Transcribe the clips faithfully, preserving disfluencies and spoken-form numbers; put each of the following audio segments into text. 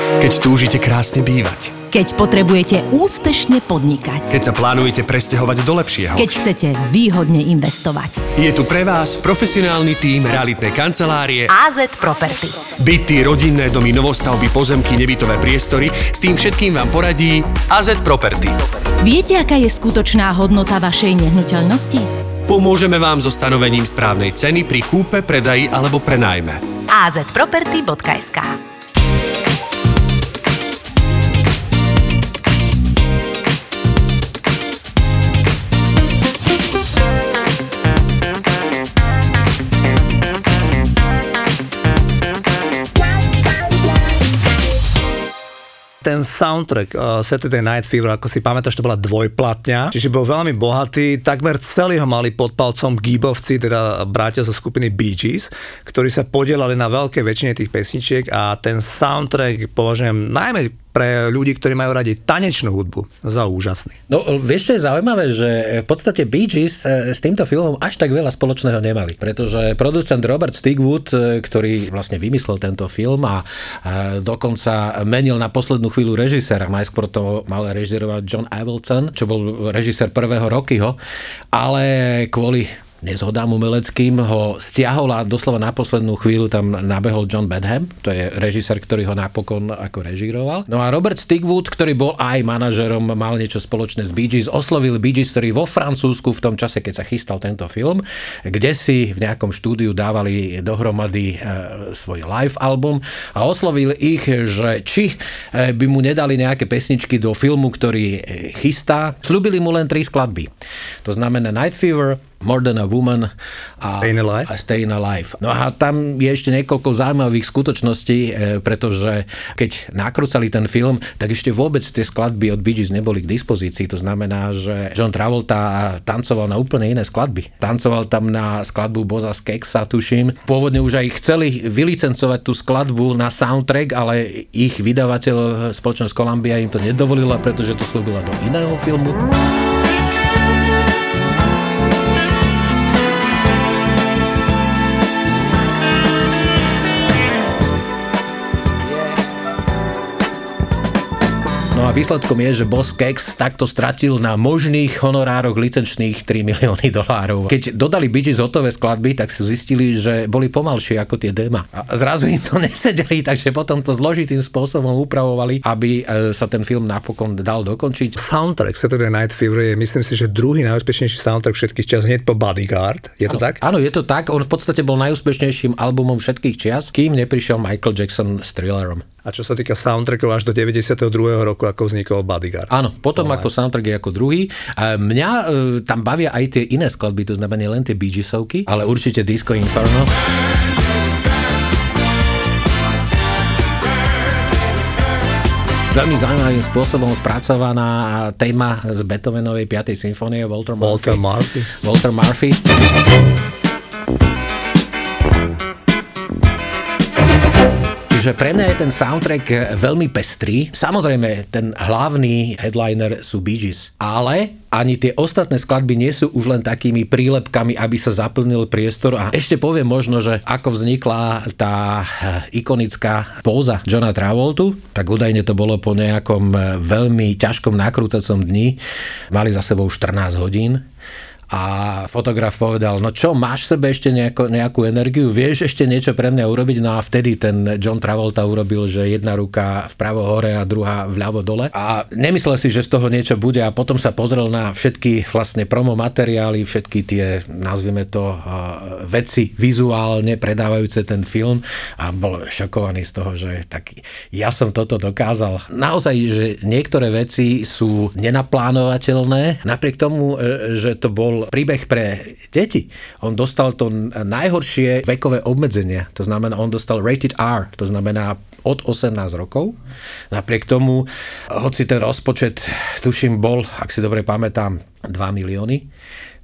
Keď túžite krásne bývať. Keď potrebujete úspešne podnikať. Keď sa plánujete presťahovať do lepšieho. Keď chcete výhodne investovať. Je tu pre vás profesionálny tím realitnej kancelárie á zet Property. Byty, rodinné domy, novostavby, pozemky, nebytové priestory, s tým všetkým vám poradí á zet Property. Viete, aká je skutočná hodnota vašej nehnuteľnosti? Pomôžeme vám so stanovením správnej ceny pri kúpe, predaji alebo prenájme. á zet property bodka es ká Ten soundtrack uh, Saturday Night Fever, ako si pamätáš, to bola dvojplatňa, čiže bol veľmi bohatý, takmer celý ho mali pod palcom Gibbovci, teda bratia zo skupiny Bee Gees, ktorí sa podielali na veľkej väčšine tých pesničiek a ten soundtrack považujem najmä pre ľudí, ktorí majú radi tanečnú hudbu, za úžasný. No, vieš, čo je zaujímavé, že v podstate Bee Gees s týmto filmom až tak veľa spoločného nemali, pretože producent Robert Stigwood, ktorý vlastne vymyslel tento film a dokonca menil na poslednú chvíľu režiséra, najskôr to mal režisérovať John Avildsen, čo bol režisér prvého Rockyho, ale kvôli nezhodám umeleckým ho stiahol a doslova na poslednú chvíľu tam nabehol John Badham, to je režisér, ktorý ho napokon ako režíroval. No a Robert Stigwood, ktorý bol aj manažerom, mal niečo spoločné s Bee Gees, oslovil Bee Gees, ktorí vo Francúzsku v tom čase, keď sa chystal tento film, kde si v nejakom štúdiu dávali dohromady e, svoj live album a oslovil ich, že či e, by mu nedali nejaké pesničky do filmu, ktorý chystá. Sľúbili mu len tri skladby. To znamená Night Fever, More Than a Woman a Stayin' Alive. a Stayin' Alive. No a tam je ešte niekoľko zaujímavých skutočností, pretože keď nakrúcali ten film, tak ešte vôbec tie skladby od Bee Gees neboli k dispozícii. To znamená, že John Travolta tancoval na úplne iné skladby. Tancoval tam na skladbu Bozza Skeggsa, tuším. Pôvodne už aj chceli vylicencovať tú skladbu na soundtrack, ale ich vydavateľ, spoločnosť Columbia, im to nedovolila, pretože to slúbila do iného filmu. No a výsledkom je, že Boss Skeggs takto stratil na možných honorároch licenčných tri milióny dolárov. Keď dodali Bee Gees hotové skladby, tak si zistili, že boli pomalšie ako tie déma. A zrazu im to nesedeli, takže potom to zložitým spôsobom upravovali, aby sa ten film napokon dal dokončiť. Soundtrack Saturday Night Fever je, myslím si, že druhý najúspešnejší soundtrack všetkých čas, hneď po Bodyguard. Je to áno, tak? Áno, je to tak. On v podstate bol najúspešnejším albumom všetkých čias, kým neprišiel Michael Jackson s Thrillerom. A čo sa týka soundtrackov až do deväťdesiateho druhého roku, ako vznikol Bodyguard. Áno, potom ako soundtrack je ako druhý. Mňa e, tam bavia aj tie iné skladby, to znamená len tie Bee Geesovky, ale určite Disco Inferno. Veľmi zaujímavým spôsobom spracovaná téma z Beethovenovej piatej symfónie Walter Murphy. Walter Murphy. Walter Murphy. Že pre mňa je ten soundtrack veľmi pestrý. Samozrejme, ten hlavný headliner sú Bee Gees, ale ani tie ostatné skladby nie sú už len takými prílepkami, aby sa zaplnil priestor. A ešte poviem možno, že ako vznikla tá ikonická póza Johna Travoltu, tak údajne to bolo po nejakom veľmi ťažkom nakrúcacom dni. Mali za sebou štrnásť hodín. A fotograf povedal, no čo, máš v sebe ešte nejako, nejakú energiu, vieš ešte niečo pre mňa urobiť? No a vtedy ten John Travolta urobil, že jedna ruka vpravo hore a druhá vľavo dole. A nemyslel si, že z toho niečo bude a potom sa pozrel na všetky vlastne promo materiály, všetky tie, nazvime to, uh, veci vizuálne predávajúce ten film a bol šokovaný z toho, že tak ja som toto dokázal. Naozaj, že niektoré veci sú nenaplánovateľné, napriek tomu, že to bol príbeh pre deti. On dostal to najhoršie vekové obmedzenie. To znamená, on dostal rated R, to znamená od osemnásť rokov. Napriek tomu, hoci ten rozpočet, tuším, bol, ak si dobre pamätám, dva milióny,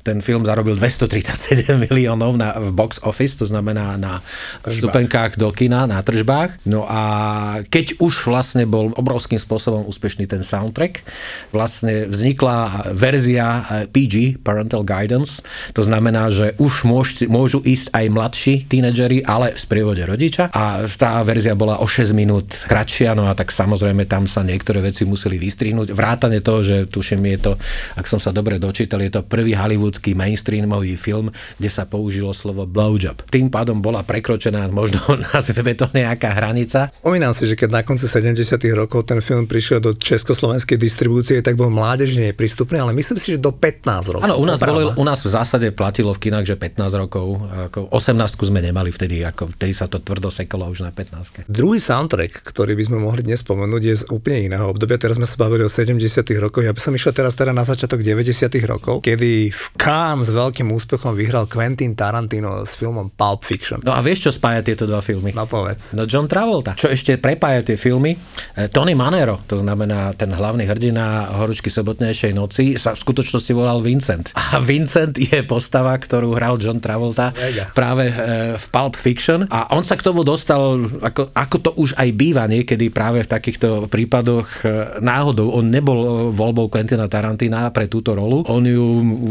Ten film zarobil dvestotridsaťsedem miliónov na, v box office, to znamená na vstupenkách do kina, na tržbách. No a keď už vlastne bol obrovským spôsobom úspešný ten soundtrack, vlastne vznikla verzia pé gé, Parental Guidance, to znamená, že už môžu, môžu ísť aj mladší tínedžeri, ale v sprievode rodiča a tá verzia bola o šesť minút kratšia, no a tak samozrejme tam sa niektoré veci museli vystrihnúť. Vrátane toho, že tuším je to, ak som sa dobre dočítal, je to prvý hollywoodský mainstreamový film, kde sa použilo slovo blowjob. Tým pádom bola prekročená možno nazveme to nejaká hranica. Spomínam si, že keď na konci sedemdesiatych rokov ten film prišiel do československej distribúcie, tak bol mládežne neprístupný, ale myslím si, že do pätnásť rokov. Áno, u nás, bolo, u nás v zásade platilo v kinách, že pätnásť rokov, ako osemnásť sme nemali vtedy, ako vtedy sa to tvrdo sekalo už na pätnásť. Druhý soundtrack, ktorý by sme mohli dnes spomenúť, je z úplne iného obdobia. Teraz sme sa bavili o sedemdesiatych rokoch. Ja by som išiel teraz teda na začiatok deväťdesiatych rokov, kedy v Cannes s veľkým úspechom vyhral Quentin Tarantino s filmom Pulp Fiction. No a vieš, čo spája tieto dva filmy? No povedz. No John Travolta. Čo ešte prepája tie filmy? Tony Manero, to znamená ten hlavný hrdina Horúčky sobotnejšej noci, sa v skutočnosti volal Vincent. A Vincent je postava, ktorú hral John Travolta Mega. práve v Pulp Fiction. A on sa k tomu dostal, ako, ako to už aj býva niekedy práve v takýchto prípadoch náhodou. On nebol voľbou Quentina Tarantina pre túto rolu. On ju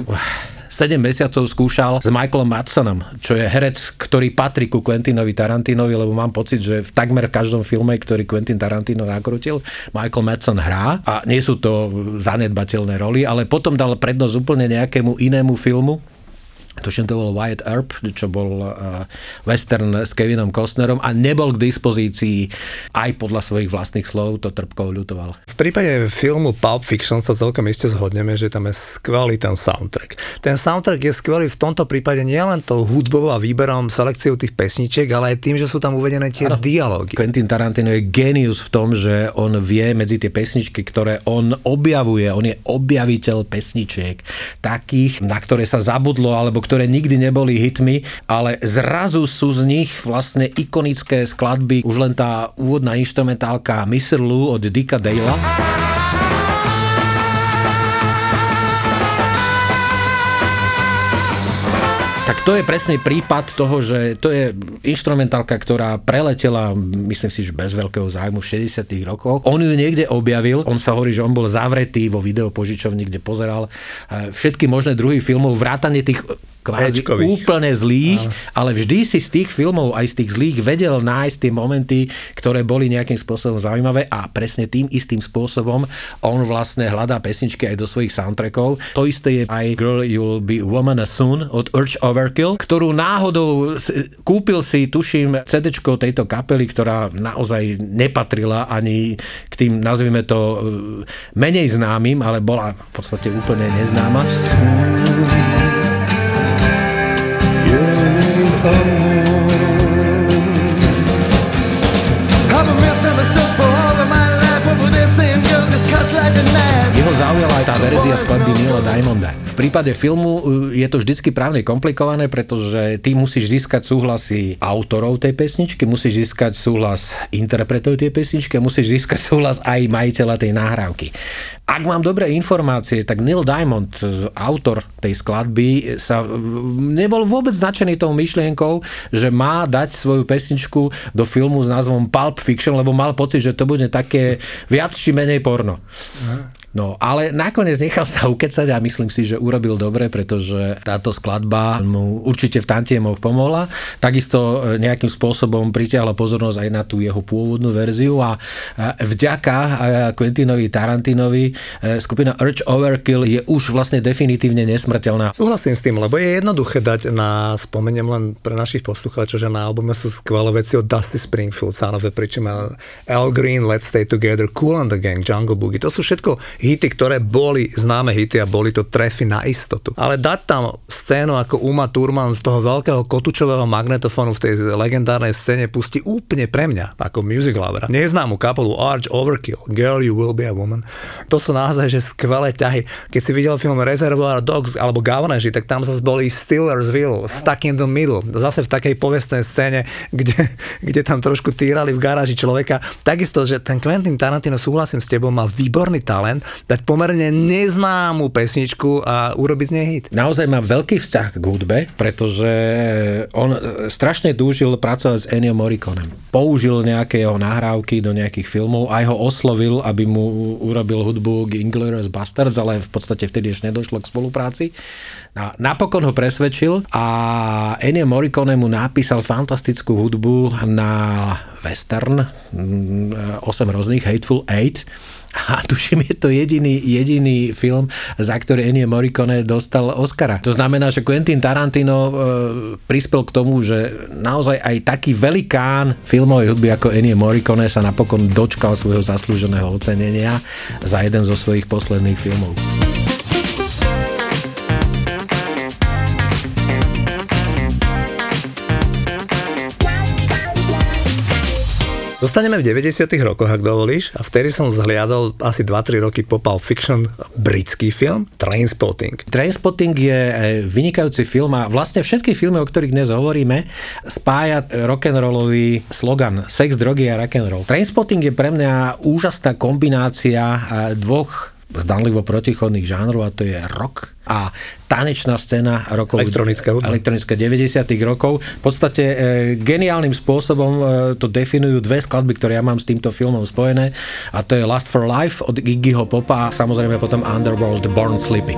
sedem mesiacov skúšal s Michaelom Madsenom, čo je herec, ktorý patrí ku Quentinovi Tarantinovi, lebo mám pocit, že v takmer každom filme, ktorý Quentin Tarantino nakrútil, Michael Madsen hrá a nie sú to zanedbateľné roly, ale potom dal prednosť úplne nejakému inému filmu. Tuším, to bol Wyatt Earp, čo bol uh, western s Kevinom Costnerom a nebol k dispozícii aj podľa svojich vlastných slov, to trpko ľutoval. V prípade filmu Pulp Fiction sa celkom iste zhodneme, že tam je skvelý ten soundtrack. Ten soundtrack je skvelý v tomto prípade nielen tou hudbou a výberom, selekciou tých pesničiek, ale aj tým, že sú tam uvedené tie ano. dialógy. Quentin Tarantino je génius v tom, že on vie medzi tie pesničky, ktoré on objavuje, on je objaviteľ pesničiek, takých, na ktoré sa zabudlo, alebo ktoré nikdy neboli hitmi, ale zrazu sú z nich vlastne ikonické skladby. Už len tá úvodná inštrumentálka mister Lou od Dicka Dale'a. Tak to je presne prípad toho, že to je inštrumentálka, ktorá preletela, myslím si, že bez veľkého zájmu v šesťdesiatych rokoch. On ju niekde objavil, on sa hovorí, že on bol zavretý vo videopožičovni, kde pozeral všetky možné druhy filmov, vrátane tých kvázi Ečkových. úplne zlých, ale vždy si z tých filmov, aj z tých zlých vedel nájsť tie momenty, ktoré boli nejakým spôsobom zaujímavé a presne tým istým spôsobom on vlastne hľadá pesničky aj do svojich soundtrackov. To isté je aj Girl You'll Be Woman Soon od Urge Overkill, ktorú náhodou kúpil si, tuším, cé déčko tejto kapely, ktorá naozaj nepatrila ani k tým, nazvime to, menej známym, ale bola v podstate úplne neznáma. Jeho zaujala aj tá verzia skladby Neila Diamonda. V prípade filmu je to vždycky právne komplikované, pretože ty musíš získať súhlasy autorov tej pesničky, musíš získať súhlas interpretov tej pesničky a musíš získať súhlas aj majiteľa tej nahrávky. Ak mám dobré informácie, tak Neil Diamond, autor tej skladby, sa nebol vôbec značený tou myšlienkou, že má dať svoju pesničku do filmu s názvom Pulp Fiction, lebo mal pocit, že to bude také viac či menej porno. No, ale nakoniec nechal sa ukecať a myslím si, že urobil dobre, pretože táto skladba mu určite v tantiemoch pomohla. Takisto nejakým spôsobom pritiahla pozornosť aj na tú jeho pôvodnú verziu a vďaka Quentinovi Tarantinovi skupina Urge Overkill je už vlastne definitívne nesmrteľná. Súhlasím s tým, lebo je jednoduché dať na, spomeniem len pre našich poslucháčov, že na albume sú skvelé veci od Dusty Springfield, Son of a Preacher Man, Al Green, Let's Stay Together, Kool and the Gang, Jungle Boogie. To sú všetko hity, ktoré boli známe hity a boli to trefy na istotu. Ale dať tam scénu ako Uma Thurman z toho veľkého kotúčového magnetofónu v tej legendárnej scéne pustí úplne pre mňa, ako music lovera, neznámu kapelu Urge Overkill, Girl You Will Be a Woman. To sú naozaj že skvelé ťahy. Keď si videl film Reservoir Dogs alebo Gavaneži, tak tam zase boli Stillersville, Stuck in the Middle, zase v takej povestnej scéne, kde, kde tam trošku týrali v garáži človeka. Takisto, že ten Quentin Tarantino, súhlasím s tebou, má výborný talent dať pomerne neznámu pesničku a urobiť z nej hit. Naozaj má veľký vzťah k hudbe, pretože on strašne túžil pracovať s Ennio Morriconem. Použil nejaké jeho nahrávky do nejakých filmov, aj ho oslovil, aby mu urobil hudbu k Inglourious Basterds, ale v podstate vtedy ešte nedošlo k spolupráci. A napokon ho presvedčil a Ennio Morricone mu napísal fantastickú hudbu na western, osem rôznych, Hateful Eight. A tuším, je to jediný, jediný film, za ktorý Ennio Morricone dostal Oscara. To znamená, že Quentin Tarantino e, prispel k tomu, že naozaj aj taký velikán filmovej hudby ako Ennio Morricone sa napokon dočkal svojho zaslúženého ocenenia za jeden zo svojich posledných filmov. Zostaneme v deväťdesiatych rokoch, ak dovolíš, a vtedy som zhliadol asi dva tri roky po Pulp Fiction britský film Trainspotting. Trainspotting je vynikajúci film a vlastne všetky filmy, o ktorých dnes hovoríme, spája rock'n'rollový slogan sex, drogy a rock'n'roll. Trainspotting je pre mňa úžasná kombinácia dvoch zdanlivo protichodných žánrov, a to je rock a tanečná scéna rokov elektronická hudba. Elektronická deväťdesiatych rokov. V podstate e, geniálnym spôsobom e, to definujú dve skladby, ktoré ja mám s týmto filmom spojené, a to je Lust for Life od Iggyho Popa a samozrejme potom Underworld Born Slippy.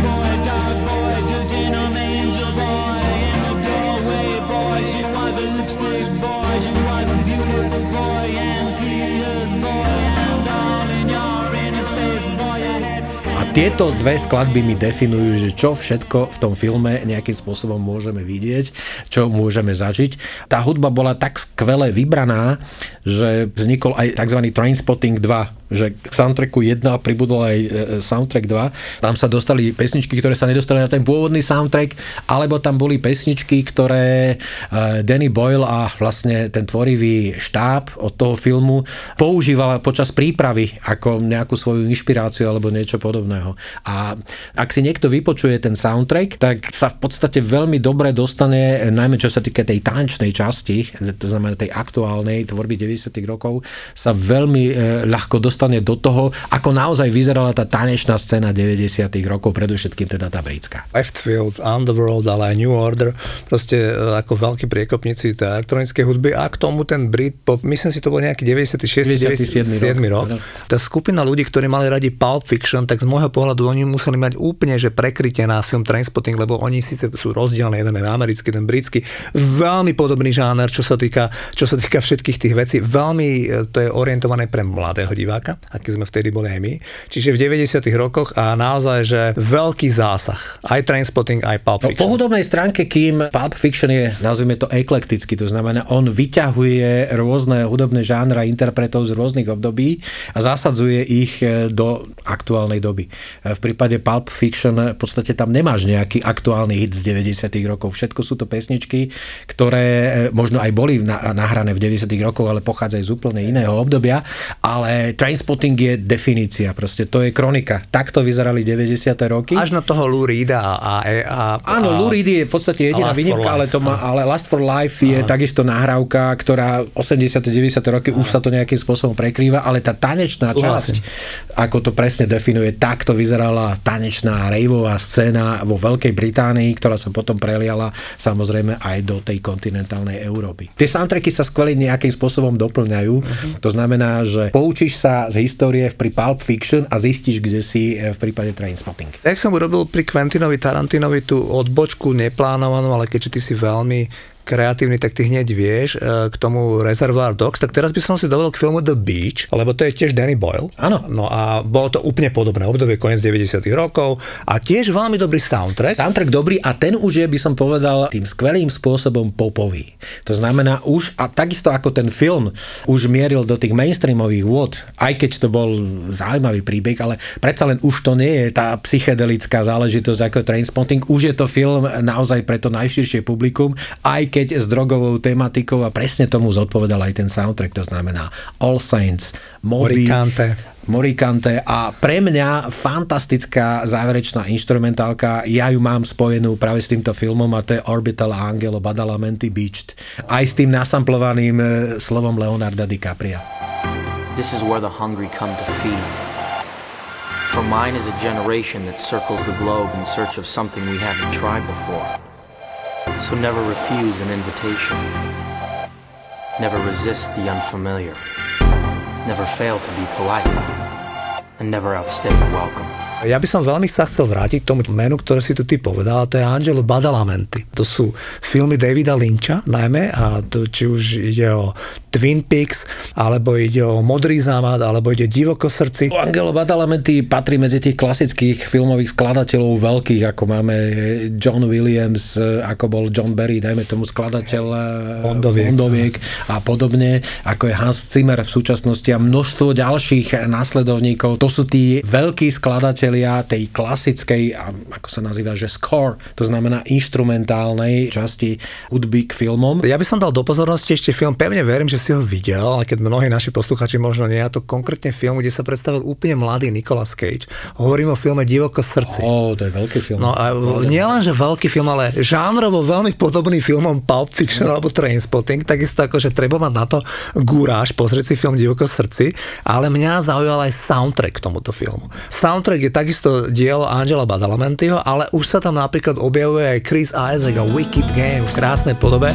Tieto dve skladby mi definujú, že čo všetko v tom filme nejakým spôsobom môžeme vidieť, čo môžeme zažiť. Tá hudba bola tak skvele vybraná, že vznikol aj tzv. Trainspotting dva, že k soundtracku jedna pribudol aj soundtrack dva. Tam sa dostali pesničky, ktoré sa nedostali na ten pôvodný soundtrack, alebo tam boli pesničky, ktoré Danny Boyle a vlastne ten tvorivý štáb od toho filmu používala počas prípravy ako nejakú svoju inšpiráciu alebo niečo podobného. A ak si niekto vypočuje ten soundtrack, tak sa v podstate veľmi dobre dostane, najmä čo sa týka tej tanečnej časti, to znamená tej aktuálnej tvorby deväťdesiatych rokov, sa veľmi e, ľahko dostane do toho, ako naozaj vyzerala tá tanečná scéna deväťdesiatych rokov, predovšetkým teda tá britská. Leftfield, Underworld, ale aj New Order, proste e, ako veľkí priekopníci tej elektronickej hudby, a k tomu ten Britpop, myslím si, to bol nejaký deväťdesiaty šiesty deväťdesiaty rok. rok. Tá skupina ľudí, ktorí mali radi Pulp Fiction, tak z môjho pohľadu oni museli mať úplne, že prekrytie na film Trainspotting, lebo oni síce sú rozdielne, jeden je americký, ten britský, veľmi podobný žáner, čo sa týka, čo sa týka všetkých tých vecí, veľmi to je orientované pre mladého diváka, aký sme vtedy boli aj my. Čiže v deväťdesiatych rokoch a naozaj, že veľký zásah. Aj Trainspotting, aj Pulp Fiction. No, po hudobnej stránke, kým Pulp Fiction je, nazvime to eklektický, to znamená, on vyťahuje rôzne hudobné žánra interpretov z rôznych období a zasadzuje ich do aktuálnej doby. V prípade Pulp Fiction v podstate tam nemáš nejaký aktuálny hit z deväťdesiatych rokov. Všetko sú to pesničky, ktoré možno aj boli nahrané v deväťdesiatych rokoch, ale pochádzajú z úplne iného obdobia, ale Trainspotting je definícia, proste to je kronika. Takto vyzerali deväťdesiate roky. Až na toho Lou Reeda a, a, a áno, Lou Reed je v podstate jediná výnimka, ale, to má, ale Lust for Life je Aha. takisto nahrávka, ktorá osemdesiate deväťdesiate roky Aha. už sa to nejakým spôsobom prekrýva, ale tá tanečná časť, ako to presne definuje, takto vyzerala tanečná raveová scéna vo Veľkej Británii, ktorá sa potom preliala samozrejme aj do tej kontinentálnej Európy. Tie soundtracky sa skvele nejakým spôsobom doplňajú. Uh-huh. To znamená, že poučíš sa z histórie pri Pulp Fiction a zistíš, kde si v prípade Trainspotting. Tak som urobil pri Quentinovi Tarantinovi tú odbočku neplánovanú, ale keďže ty si veľmi kreatívny, tak ty hneď vieš k tomu Reservoir Dogs, tak teraz by som si dovolil k filmu The Beach, lebo to je tiež Danny Boyle. Áno. No a bolo to úplne podobné obdobie, koniec deväťdesiatych rokov a tiež veľmi dobrý soundtrack. Soundtrack dobrý a ten už je, by som povedal, tým skvelým spôsobom popový. To znamená už, a takisto ako ten film už mieril do tých mainstreamových vôd, aj keď to bol zaujímavý príbeh, ale predsa len už to nie je tá psychedelická záležitosť ako Trainspotting, už je to film naozaj pre to najširšie publikum, aj keď s drogovou tematikou a presne tomu zodpovedal aj ten soundtrack, to znamená All Saints, Moby, Morricante. Morricante a pre mňa fantastická záverečná instrumentálka, ja ju mám spojenú práve s týmto filmom a to je Orbital Angelo Badalamenti Beached, aj s tým nasamplovaným slovom Leonarda DiCapria. This is where the hungry come to feed. For mine is a generation that circles the globe in search of something we haven't tried before. So never refuse an invitation. Never resist the unfamiliar. Never fail to be polite. And never outstay a welcome. Ja by som veľmi sa chcel vrátiť k tomu menu, ktoré si tu ty povedal, to je Angelo Badalamenti. To sú filmy Davida Lyncha najmä, a to, či už ide o Twin Peaks, alebo ide o Modrý zámad, alebo ide Divoko srdci. Angelo Badalamenti patrí medzi tých klasických filmových skladateľov veľkých, ako máme John Williams, ako bol John Barry, dajme tomu skladateľ Bondoviek, Bondoviek a podobne, ako je Hans Zimmer v súčasnosti a množstvo ďalších následovníkov. To sú tí veľkí skladatelia tej klasickej, ako sa nazýva, že score, to znamená inštrumentálnej časti hudby k filmom. Ja by som dal do pozornosti ešte film, pevne verím, že si ho videl, ale keď mnohí naši posluchači možno nie, a to konkrétne film, kde sa predstavil úplne mladý Nicolas Cage. Hovorím o filme Divoko srdci. Ó, to je veľký film. No a nie len, že veľký film, ale žánrovo veľmi podobný filmom Pulp Fiction alebo Trainspotting, takisto ako, že treba mať na to gúráž, pozrieť si film Divoko srdci, ale mňa zaujal aj soundtrack k tomuto filmu. Soundtrack je takisto dielo Angela Badalamentiho, ale už sa tam napríklad objavuje aj Chris Isaac a Wicked Game v krásnej podobe.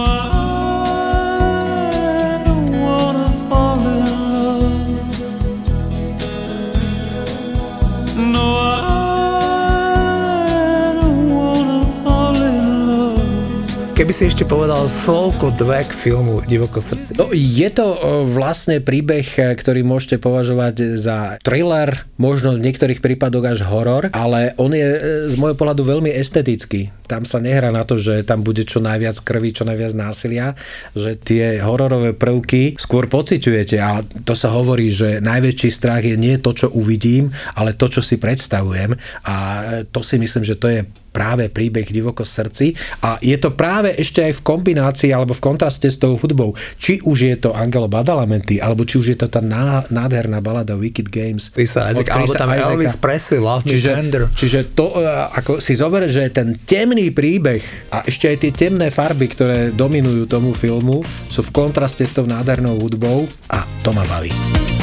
Keby si ešte povedal slovko dve k filmu Divoko srdci. No, je to vlastne príbeh, ktorý môžete považovať za thriller, možno v niektorých prípadoch až horor, ale on je z môjho pohľadu veľmi estetický. Tam sa nehrá na to, že tam bude čo najviac krvi, čo najviac násilia, že tie hororové prvky skôr pociťujete a to sa hovorí, že najväčší strach je nie to, čo uvidím, ale to, čo si predstavujem a to si myslím, že to je práve príbeh Divoko srdci a je to práve ešte aj v kombinácii alebo v kontraste s tou hudbou. Či už je to Angelo Badalamenti, alebo či už je to tá nádherná balada Wicked Games. Chrisa Isaac, alebo tam je Elvis Presley, Love Me Tender. Čiže to, ako si zober, že ten temný príbeh a ešte aj tie temné farby, ktoré dominujú tomu filmu, sú v kontraste s tou nádhernou hudbou a to ma baví.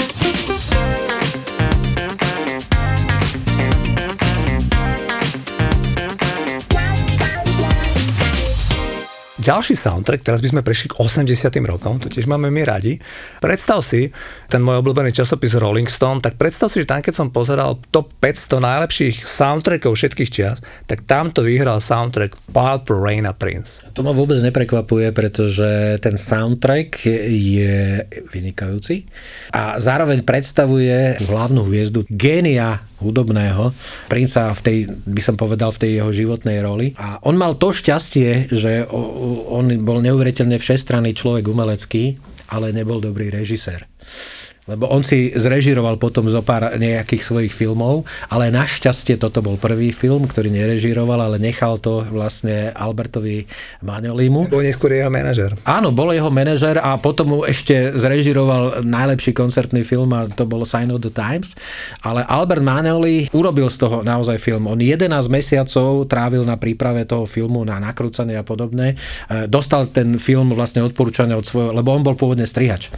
Ďalší soundtrack, teraz by sme prešli k osemdesiatym rokom, to tiež máme my radi. Predstav si, ten môj obľúbený časopis Rolling Stone, tak predstav si, že tam, keď som pozeral top päťsto najlepších soundtrackov všetkých čias, tak tamto vyhral soundtrack Purple Rain a Prince. To ma vôbec neprekvapuje, pretože ten soundtrack je vynikajúci a zároveň predstavuje hlavnú hviezdu génia hudobného Princa v tej, by som povedal, v tej jeho životnej roli. A on mal to šťastie, že on bol neuveriteľne všestranný človek umelecký, ale nebol dobrý režisér. Lebo on si zrežiroval potom zo pár nejakých svojich filmov, ale našťastie toto bol prvý film, ktorý nerežiroval, ale nechal to vlastne Albertovi Magnolimu. Bol neskôr jeho manažer. Áno, bol jeho manažer a potom mu ešte zrežiroval najlepší koncertný film a to bol Sign of the Times. Ale Albert Magnoli urobil z toho naozaj film. On jedenásť mesiacov trávil na príprave toho filmu, na nakrúcanie a podobné. Dostal ten film vlastne odporúčania od svojho, lebo on bol pôvodne strihač.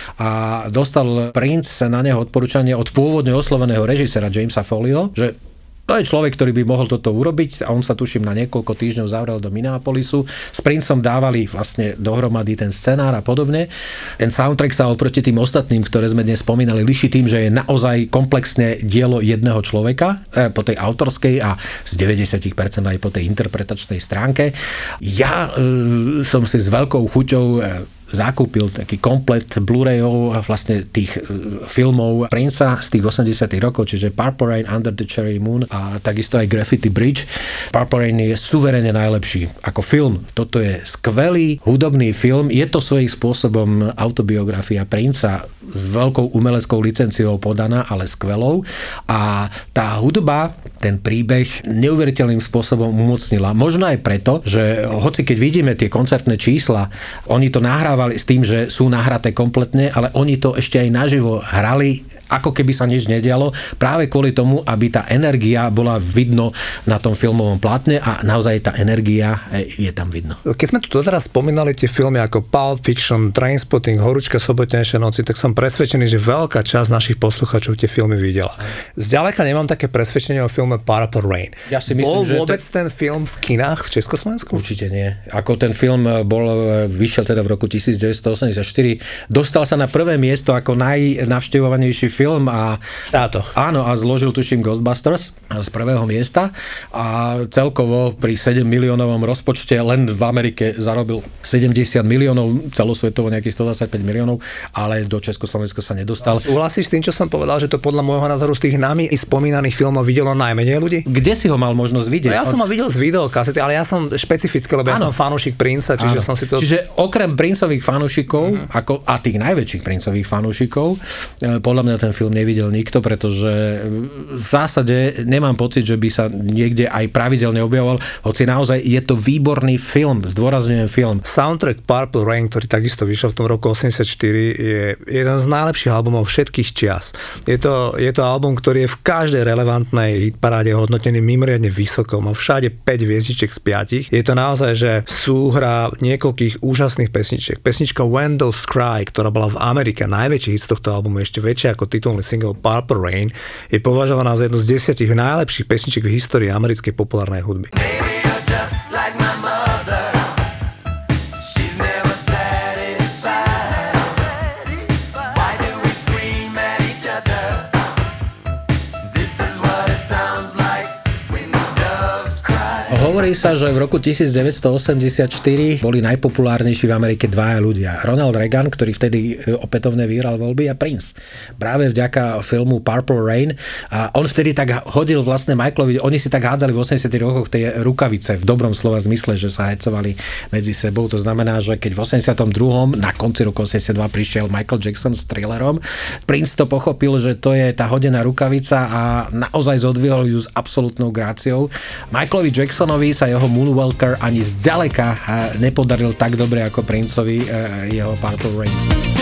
A dostal Prince na neho odporúčanie od pôvodne osloveného režisera Jamesa Foleyho, že to je človek, ktorý by mohol toto urobiť a on sa tuším na niekoľko týždňov zavrel do Minneapolisu. S Princom dávali vlastne dohromady ten scenár a podobne. Ten soundtrack sa oproti tým ostatným, ktoré sme dnes spomínali, líši tým, že je naozaj komplexné dielo jedného človeka eh, po tej autorskej a z deväťdesiat percent aj po tej interpretačnej stránke. Ja eh, som si s veľkou chuťou eh, zakúpil taký komplet Blu-rayov vlastne tých filmov Princa z tých osemdesiatych rokov, čiže Purple Rain, Under the Cherry Moon a takisto aj Graffiti Bridge. Purple Rain je suverene najlepší ako film. Toto je skvelý hudobný film. Je to svojím spôsobom autobiografia Princa s veľkou umeleckou licenciou podaná, ale skvelou. A tá hudba, ten príbeh neuveriteľným spôsobom umocnila. Možno aj preto, že hoci keď vidíme tie koncertné čísla, oni to nahrávali s tým, že sú nahraté kompletne, ale oni to ešte aj naživo hrali ako keby sa nič nedialo, práve kvôli tomu, aby tá energia bola vidno na tom filmovom plátne a naozaj tá energia je tam vidno. Keď sme tu doteraz spomínali tie filmy ako Pulp Fiction, Trainspotting, Horúčka sobotnejšej noci, tak som presvedčený, že veľká časť našich posluchačov tie filmy videla. Zďaleka nemám také presvedčenie o filme Purple Rain. Ja si myslím, bol že vôbec to... ten film v kinách v Československu? Určite nie. Ako ten film bol, vyšiel teda v roku devätnásťstoosemdesiatštyri, dostal sa na prvé miesto ako najnavštevovanejší film a Táto. áno, a zložil tuším Ghostbusters z prvého miesta a celkovo pri sedem miliónovom rozpočte len v Amerike zarobil sedemdesiat miliónov, celosvetovo nejakých stodvadsaťpäť miliónov, ale do Československa sa nedostal. Súhlasíš s tým, čo som povedal, že to podľa môjho názoru z tých nami spomínaných filmov videlo najmenej ľudí? Kde si ho mal možnosť vidieť? No ja som ho videl z videokasety, ale ja som špecificky, lebo ja Áno. som fanúšik Princa, čiže Áno. som si to... Čiže okrem Princových fanúšikov, mm. ako, a tých najväčších Princových fanúšikov, podľa mňa ten film nevidel nikto, pretože v zásade nemám pocit, že by sa niekde aj pravidelne objavoval, hoci naozaj je to výborný film, zdôrazňujem film. Soundtrack Purple Rain, ktorý takisto vyšiel v tom roku osemdesiatštyri, je jeden z najlepších albumov všetkých čias. Je to, je to album, ktorý je v každej relevantnej hitparáde hodnotený mimoriadne vysoko, má všade päť hviezdičiek z piatich. Je to naozaj, že súhra niekoľkých úžasných pesničiek. Pesnička When Doves Cry, ktorá bola v Amerike najväčší hit z tohto albumu, ešte väčšia ako titulný single Purple Rain, je považovaná za jednu z desiatich najlepších pesničiek v histórii americkej populárnej hudby. Hovorí sa, že v roku devätnásťstoosemdesiatštyri boli najpopulárnejší v Amerike dvaja ľudia. Ronald Reagan, ktorý vtedy opätovne vyhral voľby, a Prince. Práve vďaka filmu Purple Rain. A on vtedy tak hodil vlastne Michaelovi, oni si tak hádzali v osemdesiatych rokoch tie rukavice, v dobrom slova zmysle, že sa hecovali medzi sebou. To znamená, že keď v osemdesiatom druhom na konci roku osemdesiatdva prišiel Michael Jackson s Thrillerom, Prince to pochopil, že to je tá hodená rukavica a naozaj zodvihol ju s absolútnou gráciou. Michaelovi Jacksonovi sa jeho Moonwalker ani zďaleka nepodaril tak dobre ako Princeovi jeho Purple Rain.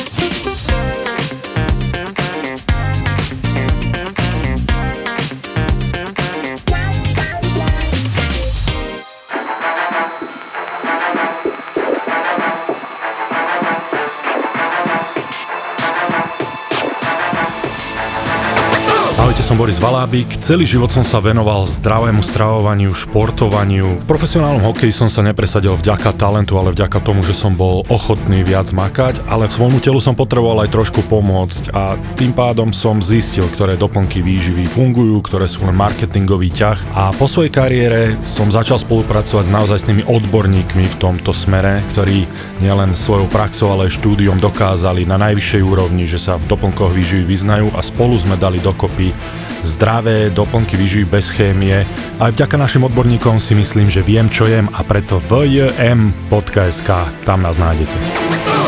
Ahojte, som Boris Valábik. Celý život som sa venoval zdravému stravovaniu, športovaniu. V profesionálnom hokeji som sa nepresadil vďaka talentu, ale vďaka tomu, že som bol ochotný viac makať, ale svojmu telu som potreboval aj trošku pomôcť a tým pádom som zistil, ktoré doplnky výživy fungujú, ktoré sú len marketingový ťah, a po svojej kariére som začal spolupracovať s naozajstnými odborníkmi v tomto smere, ktorí nielen svojou praxou, ale aj štúdiom dokázali na najvyššej úrovni, že sa v doplnkoch výživy vyznajú, a spolu sme dali dokopy zdravé doplnky výživy bez chémie. Aj vďaka našim odborníkom si myslím, že viem, čo jem, a preto v j m bodka es ka, tam nás nájdete.